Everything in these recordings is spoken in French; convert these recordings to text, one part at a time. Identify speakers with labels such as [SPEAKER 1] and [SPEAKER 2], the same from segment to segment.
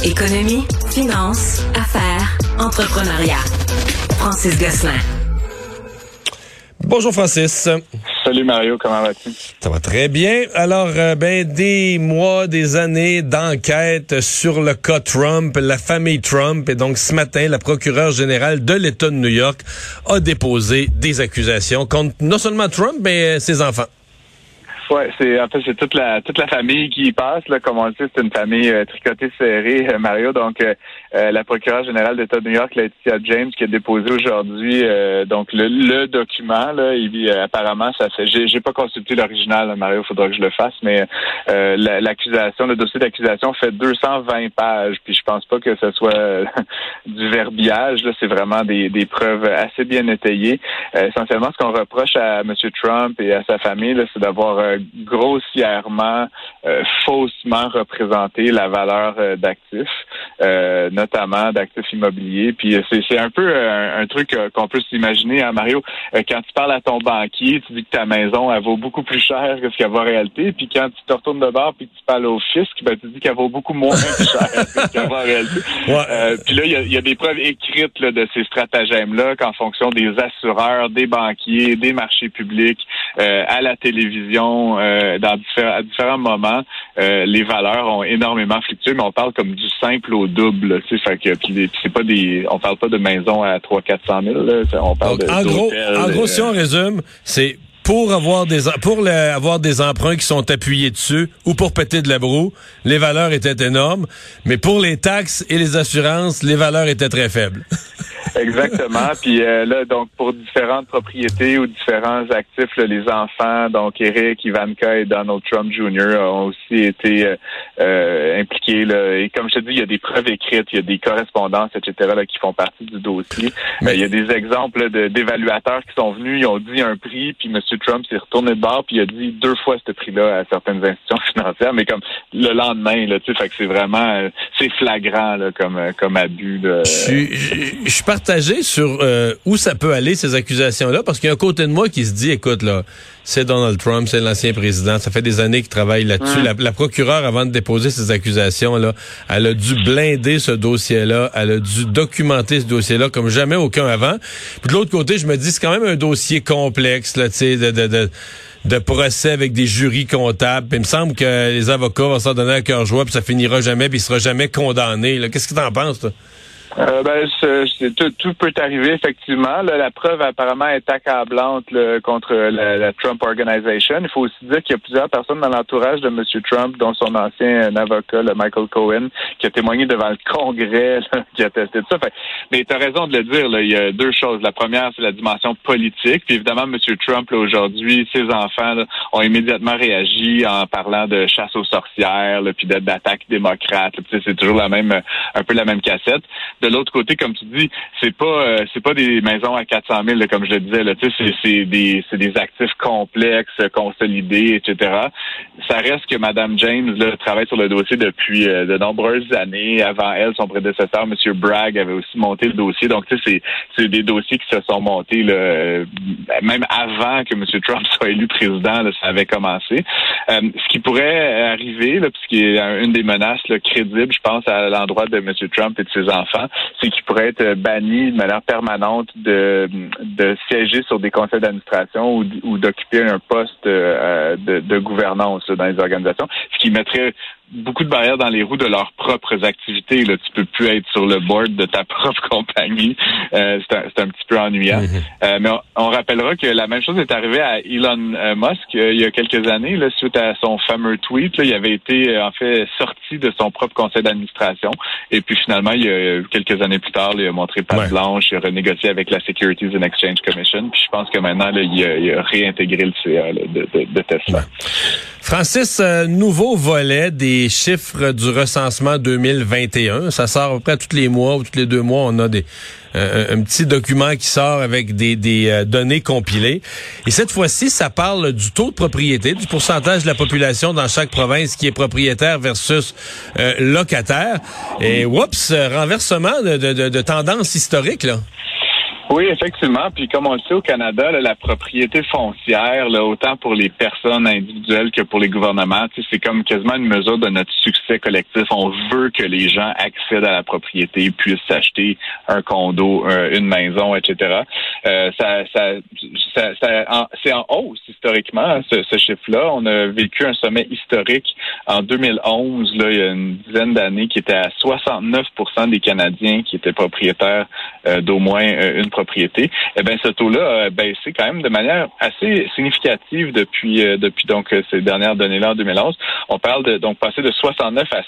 [SPEAKER 1] Économie, finance, affaires, entrepreneuriat. Francis Gosselin.
[SPEAKER 2] Bonjour Francis.
[SPEAKER 3] Salut Mario, comment vas-tu?
[SPEAKER 2] Ça va très bien. Alors, des mois, des années d'enquête sur le cas Trump, la famille Trump. Et donc, ce matin, la procureure générale de l'État de New York a déposé des accusations contre non seulement Trump, mais ses enfants.
[SPEAKER 3] Ouais, c'est toute la famille qui y passe, là. Comme on le sait, c'est une famille tricotée serrée, Mario. Donc la procureure générale de l'État de New York, Laetitia James, qui a déposé aujourd'hui donc le document, là, apparemment ça fait j'ai pas consulté l'original, là, Mario, faudra que je le fasse, mais l'accusation, le dossier d'accusation fait 220 pages, puis je pense pas que ce soit du verbiage, là, c'est vraiment des preuves assez bien étayées. Essentiellement, ce qu'on reproche à M. Trump et à sa famille, là, c'est d'avoir grossièrement, faussement représenté la valeur d'actifs, notamment d'actifs immobiliers. Puis c'est un peu un truc qu'on peut s'imaginer, hein, Mario. Quand tu parles à ton banquier, tu dis que ta maison, elle vaut beaucoup plus cher que ce qu'elle vaut en réalité. Puis quand tu te retournes de bord puis que tu parles au fisc, ben tu dis qu'elle vaut beaucoup moins cher que ce qu'elle vaut en réalité. Ouais. Puis là, il y a des preuves écrites là, de ces stratagèmes-là qu'en fonction des assureurs, des banquiers, des marchés publics, à la télévision, à différents moments, les valeurs ont énormément fluctué, mais on parle comme du simple au double, tu sais, fait que c'est pas on parle pas de maisons à 300-400 000, là, on parle donc,
[SPEAKER 2] en gros, si on résume, c'est pour avoir des emprunts qui sont appuyés dessus ou pour péter de la broue, les valeurs étaient énormes, mais pour les taxes et les assurances, les valeurs étaient très faibles.
[SPEAKER 3] Exactement. Puis là, donc pour différentes propriétés ou différents actifs, là, les enfants, donc Eric, Ivanka et Donald Trump Jr. ont aussi été impliqués. Là. Et comme je te dis, il y a des preuves écrites, il y a des correspondances, etc. là, qui font partie du dossier. Mais il y a des exemples là, d'évaluateurs qui sont venus, ils ont dit un prix, puis M. Trump s'est retourné de bord, puis il a dit 2 fois ce prix-là à certaines institutions financières, mais comme le lendemain, là, tu sais, fait que c'est vraiment c'est flagrant là, comme abus. Là.
[SPEAKER 2] Je suis partagé sur où ça peut aller, ces accusations-là, parce qu'il y a un côté de moi qui se dit, écoute, là, c'est Donald Trump, c'est l'ancien président, ça fait des années qu'il travaille là-dessus. La procureure, avant de déposer ces accusations-là, elle a dû blinder ce dossier-là, elle a dû documenter ce dossier-là comme jamais aucun avant. Puis de l'autre côté, je me dis, c'est quand même un dossier complexe, là, tu sais, de procès avec des jurys comptables. Puis il me semble que les avocats vont s'en donner à cœur joie, puis ça finira jamais, puis il sera jamais condamné. Là. Qu'est-ce que t'en penses, toi?
[SPEAKER 3] Tout peut arriver, effectivement. Là, la preuve apparemment est accablante là, contre la Trump Organization. Il faut aussi dire qu'il y a plusieurs personnes dans l'entourage de M. Trump, dont son ancien avocat, le Michael Cohen, qui a témoigné devant le Congrès, là, qui a attesté de ça. Mais tu as raison de le dire, là, il y a 2 choses. La première, c'est la dimension politique. Puis évidemment, M. Trump, là, aujourd'hui, ses enfants là, ont immédiatement réagi en parlant de chasse aux sorcières, là, puis d'attaques démocrates. Là, c'est toujours un peu la même cassette. De l'autre côté, comme tu dis, c'est pas des maisons à 400 000, là, comme je le disais, là, tu sais, c'est des actifs complexes, consolidés, etc. Ça reste que Mme James là, travaille sur le dossier depuis de nombreuses années. Avant elle, son prédécesseur, M. Bragg, avait aussi monté le dossier. Donc, tu sais, c'est des dossiers qui se sont montés là, même avant que M. Trump soit élu président, là, ça avait commencé. Ce qui pourrait arriver, là, puisqu'il y a une des menaces là, crédibles, je pense, à l'endroit de M. Trump et de ses enfants, c'est qu'il pourrait être banni de manière permanente de siéger sur des conseils d'administration ou d'occuper un poste de gouvernance là, dans les organisations, ce qui mettrait beaucoup de barrières dans les roues de leurs propres activités. Là. Tu peux plus être sur le board de ta propre compagnie. C'est un petit peu ennuyant. Mais on rappellera que la même chose est arrivée à Elon Musk il y a quelques années, là, suite à son fameux tweet. Là, il avait été en fait sorti de son propre conseil d'administration. Et puis finalement, il y a quelques années plus tard, là, il a montré patte blanche, il a renégocié avec la Securities and Exchange Commission. Puis je pense que maintenant, là, il a réintégré le CA là, de Tesla.
[SPEAKER 2] Francis, nouveau volet des chiffres du recensement 2021. Ça sort à peu près tous les mois ou tous les 2 mois. On a un petit document qui sort avec des données compilées. Et cette fois-ci, ça parle du taux de propriété, du pourcentage de la population dans chaque province qui est propriétaire versus locataire. Et renversement de tendance historique, là.
[SPEAKER 3] Oui, effectivement. Puis comme on le sait au Canada, là, la propriété foncière, là, autant pour les personnes individuelles que pour les gouvernements, c'est comme quasiment une mesure de notre succès collectif. On veut que les gens accèdent à la propriété, puissent s'acheter un condo, une maison, etc. C'est en hausse historiquement, hein, ce chiffre-là. On a vécu un sommet historique en 2011, là, il y a une dizaine d'années, qui était à 69% des Canadiens qui étaient propriétaires d'au moins une propriété. Eh bien, ce taux-là a baissé quand même de manière assez significative depuis donc ces dernières données-là en 2011. On parle de donc passer de 69 à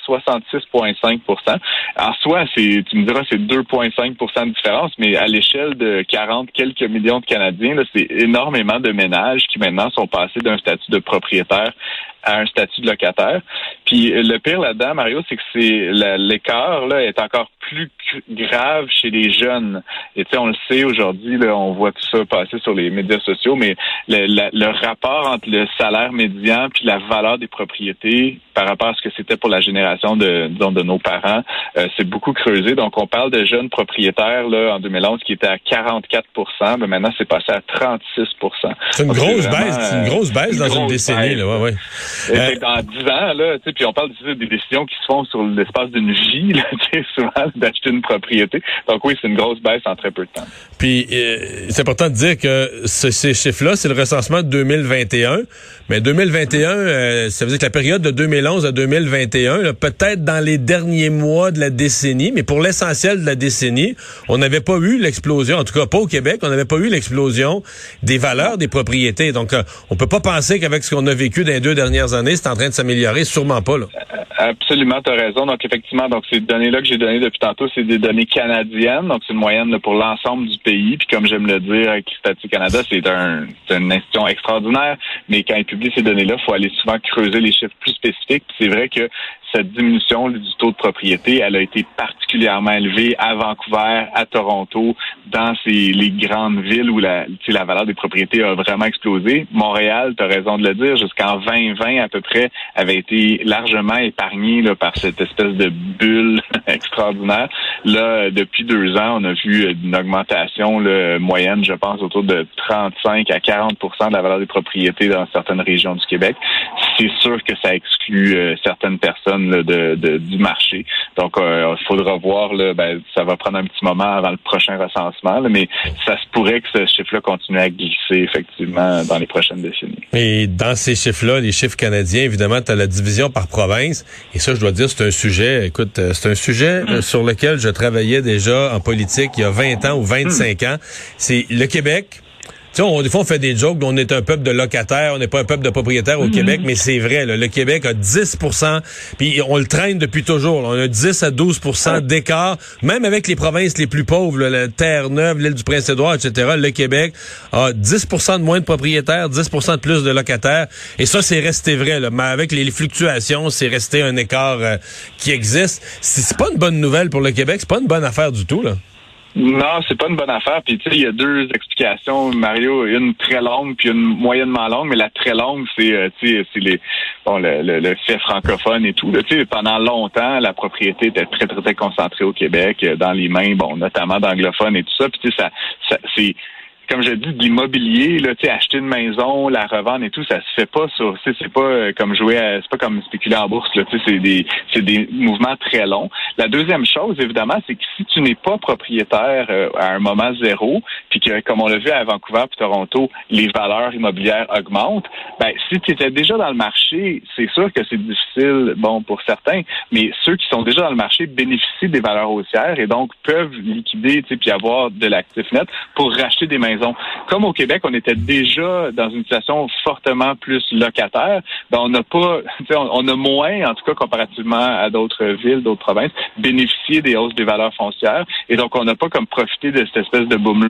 [SPEAKER 3] 66,5%. En soi, tu me diras, c'est 2,5% de différence, mais à l'échelle de 40 quelques millions de Canadiens, là, c'est énormément de ménages qui maintenant sont passés d'un statut de propriétaire à un statut de locataire. Puis le pire là-dedans, Mario, c'est que l'écart là est encore plus grave chez les jeunes. Et tu sais, on le sait aujourd'hui, là, on voit tout ça passer sur les médias sociaux, mais le rapport entre le salaire médian puis la valeur des propriétés par rapport à ce que c'était pour la génération de nos parents, c'est beaucoup creusé. Donc on parle de jeunes propriétaires là en 2011 qui étaient à 44%, mais maintenant c'est passé à 36%.
[SPEAKER 2] C'est une grosse baisse, c'est une grosse baisse dans une décennie là, ouais.
[SPEAKER 3] Dans 10 ans, là, tu sais, puis on parle des décisions qui se font sur l'espace d'une vie, là, tu sais, souvent, d'acheter une propriété. Donc oui, c'est une grosse baisse en très peu de temps.
[SPEAKER 2] Puis, c'est important de dire que ces chiffres-là, c'est le recensement de 2021. Mais 2021, ça veut dire que la période de 2011 à 2021, là, peut-être dans les derniers mois de la décennie, mais pour l'essentiel de la décennie, on n'avait pas eu l'explosion, en tout cas pas au Québec, on n'avait pas eu l'explosion des valeurs des propriétés. Donc, on peut pas penser qu'avec ce qu'on a vécu dans les 2 dernières années, c'est en train de s'améliorer, sûrement pas, là.
[SPEAKER 3] Absolument, tu as raison. Donc, effectivement, donc ces données-là que j'ai données depuis tantôt, c'est des données canadiennes. Donc, c'est une moyenne là, pour l'ensemble du pays. Puis, comme j'aime le dire, avec Statistique Canada, c'est une institution extraordinaire. Mais quand ils publient ces données-là, il faut aller souvent creuser les chiffres plus spécifiques. Puis, c'est vrai que cette diminution du taux de propriété, elle a été particulièrement élevée à Vancouver, à Toronto, dans les grandes villes où la valeur des propriétés a vraiment explosé. Montréal, tu as raison de le dire, jusqu'en 2020 à peu près, avait été largement épargné là, par cette espèce de bulle extraordinaire. Là, depuis 2 ans, on a vu une augmentation là, moyenne, je pense, autour de 35 à 40% de la valeur des propriétés dans certaines régions du Québec. C'est sûr que ça exclut certaines personnes là, du marché. Donc, il faudra voir, là, ça va prendre un petit moment avant le prochain recensement, là, mais ça se pourrait que ce chiffre-là continue à glisser, effectivement, dans les prochaines décennies.
[SPEAKER 2] Et dans ces chiffres-là, les chiffres canadiens, évidemment, tu as la division par province. Et ça, je dois dire, c'est un sujet, sur lequel je travaillais déjà en politique il y a 20 ans ou 25 ans. C'est le Québec. Tu sais, des fois, on fait des jokes, on est un peuple de locataires, on n'est pas un peuple de propriétaires au Québec, mais c'est vrai, là, le Québec a 10%, puis on le traîne depuis toujours. Là, on a 10 à 12% d'écart, même avec les provinces les plus pauvres, là, la Terre-Neuve, l'île du Prince-Édouard, etc., le Québec a 10% de moins de propriétaires, 10% de plus de locataires, et ça, c'est resté vrai. Là, mais avec les fluctuations, c'est resté un écart qui existe. C'est pas une bonne nouvelle pour le Québec, c'est pas une bonne affaire du tout, là.
[SPEAKER 3] Non, c'est pas une bonne affaire. Puis tu sais, il y a 2 explications, Mario, une très longue puis une moyennement longue, mais la très longue, c'est le fait francophone et tout. Tu sais, pendant longtemps, la propriété était très très très concentrée au Québec, dans les mains, notamment d'anglophones et tout ça. Puis tu sais, ça c'est comme je dis, de l'immobilier, là, tu sais, acheter une maison, la revendre et tout, ça se fait pas sur, tu sais, c'est pas comme c'est pas comme spéculer en bourse, là, tu sais, c'est des mouvements très longs. La deuxième chose, évidemment, c'est que si tu n'es pas propriétaire à un moment zéro, puis que, comme on l'a vu à Vancouver puis Toronto, les valeurs immobilières augmentent, si tu étais déjà dans le marché, c'est sûr que c'est difficile, pour certains, mais ceux qui sont déjà dans le marché bénéficient des valeurs haussières et donc peuvent liquider, tu sais, puis avoir de l'actif net pour racheter des maisons. Comme au Québec, on était déjà dans une situation fortement plus locataire, on n'a pas, on a moins, en tout cas comparativement à d'autres villes, d'autres provinces, bénéficié des hausses des valeurs foncières, et donc on n'a pas comme profité de cette espèce de boom.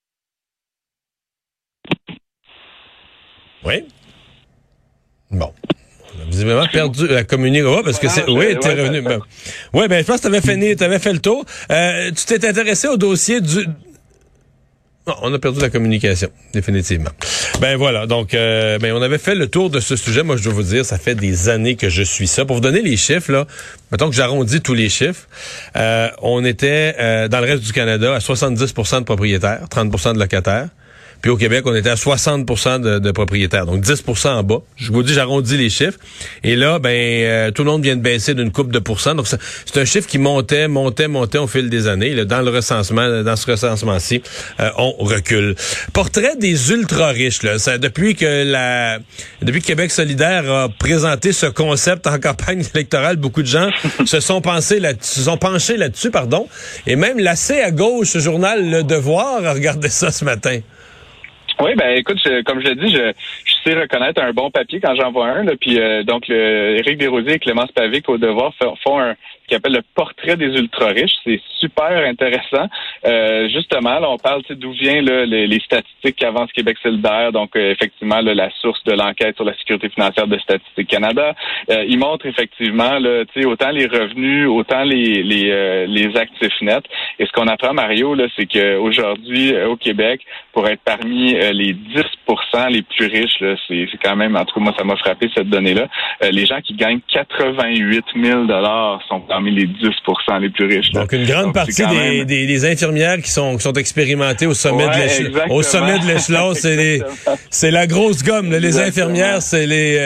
[SPEAKER 2] Oui. Bon. On a visiblement perdu la communication. Parce que c'est. Oui, t'es revenu. Oui, je pense que t'avais fait le tour. Tu t'es intéressé au dossier du. Non, on a perdu la communication, définitivement. Ben voilà, donc on avait fait le tour de ce sujet. Moi, je dois vous dire, ça fait des années que je suis ça. Pour vous donner les chiffres, là, mettons que j'arrondis tous les chiffres, on était dans le reste du Canada à 70% de propriétaires, 30% de locataires. Puis au Québec, on était à 60% de propriétaires, donc 10% en bas. Je vous dis, j'arrondis les chiffres. Et là, tout le monde vient de baisser d'une couple de pourcents. Donc c'est un chiffre qui montait au fil des années. Là, dans ce recensement-ci, on recule. Portrait des ultra-riches. Là, depuis que Québec solidaire a présenté ce concept en campagne électorale, beaucoup de gens se sont penchés là-dessus, pardon. Et même l'assez à gauche, ce journal Le Devoir a regardé ça ce matin.
[SPEAKER 3] Oui, écoute, comme je l'ai dit, je sais reconnaître un bon papier quand j'en vois un. Là, puis donc, Éric Desrosiers et Clémence Pavic au Devoir font ce qu'ils appellent le portrait des ultra-riches. C'est super intéressant. Justement, là, on parle d'où viennent les statistiques qu'avance Québec solidaire. Donc, effectivement, là, la source de l'enquête sur la sécurité financière de Statistique Canada. Ils montrent effectivement là, autant les revenus, autant les actifs nets. Et ce qu'on apprend, Mario, là, c'est qu'aujourd'hui, au Québec, pour être parmi les 10% les plus riches, là, c'est quand même, en tout cas, moi, ça m'a frappé cette donnée-là. Les gens qui gagnent 88 000 $ sont parmi les 10% les plus riches. Là.
[SPEAKER 2] Donc, une grande partie des infirmières qui sont expérimentées au sommet de l'échelon, c'est la grosse gomme. Là. Les infirmières, c'est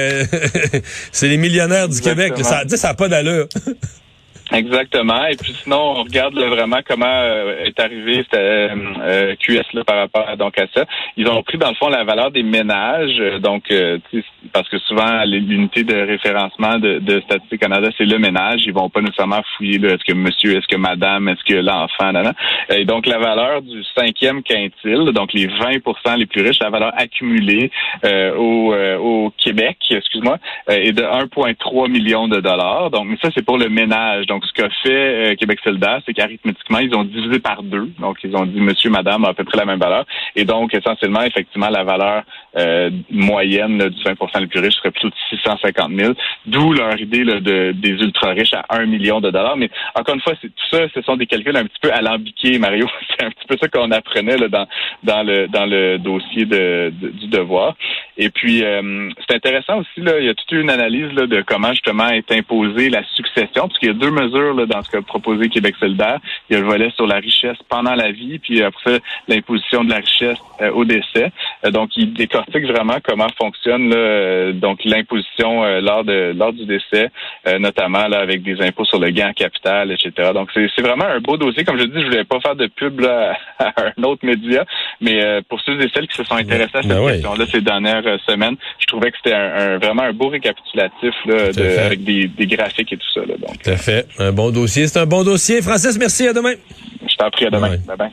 [SPEAKER 2] les millionnaires du Québec. Ça n'a pas d'allure.
[SPEAKER 3] Exactement. Et puis sinon, on regarde là, vraiment comment est arrivé QS là, par rapport à ça. Ils ont pris dans le fond la valeur des ménages, parce que souvent l'unité de référencement de Statistique Canada, c'est le ménage. Ils vont pas nécessairement fouiller là, est-ce que monsieur, est-ce que madame, est-ce que l'enfant, Et donc la valeur du 5e quintile, donc les 20% les plus riches, la valeur accumulée au Québec, est de 1,3 million de dollars. Donc mais ça c'est pour le ménage. Donc, ce qu'a fait Québec solidaire, c'est qu'arithmétiquement, ils ont divisé par 2. Donc, ils ont dit monsieur, madame a à peu près la même valeur. Et donc, essentiellement, effectivement, la valeur moyenne là, du 20% les plus riches serait plutôt de 650 000. D'où leur idée là, des ultra-riches à 1 million de dollars. Mais encore une fois, tout ça, ce sont des calculs un petit peu alambiqués, Mario. C'est un petit peu ça qu'on apprenait là, dans le dossier du Devoir. Et puis, c'est intéressant aussi, là, il y a toute une analyse là, de comment justement est imposée la succession, parce qu'il y a 2 mesures là, dans ce qu'a proposé Québec solidaire. Il y a le volet sur la richesse pendant la vie, puis après ça, l'imposition de la richesse au décès. Donc, il décortique vraiment comment fonctionne là, donc l'imposition lors du décès, notamment là avec des impôts sur le gain en capital, etc. Donc, c'est vraiment un beau dossier. Comme je dis, je voulais pas faire de pub là, à un autre média, mais pour ceux et celles qui se sont intéressés à cette question-là ces dernières semaines, je trouvais que c'était vraiment un beau récapitulatif là, avec des graphiques et tout ça. Là, donc,
[SPEAKER 2] tout à fait. Un bon dossier. C'est un bon dossier. Francis, merci. À demain.
[SPEAKER 3] Je t'en prie. À demain. Bye bye.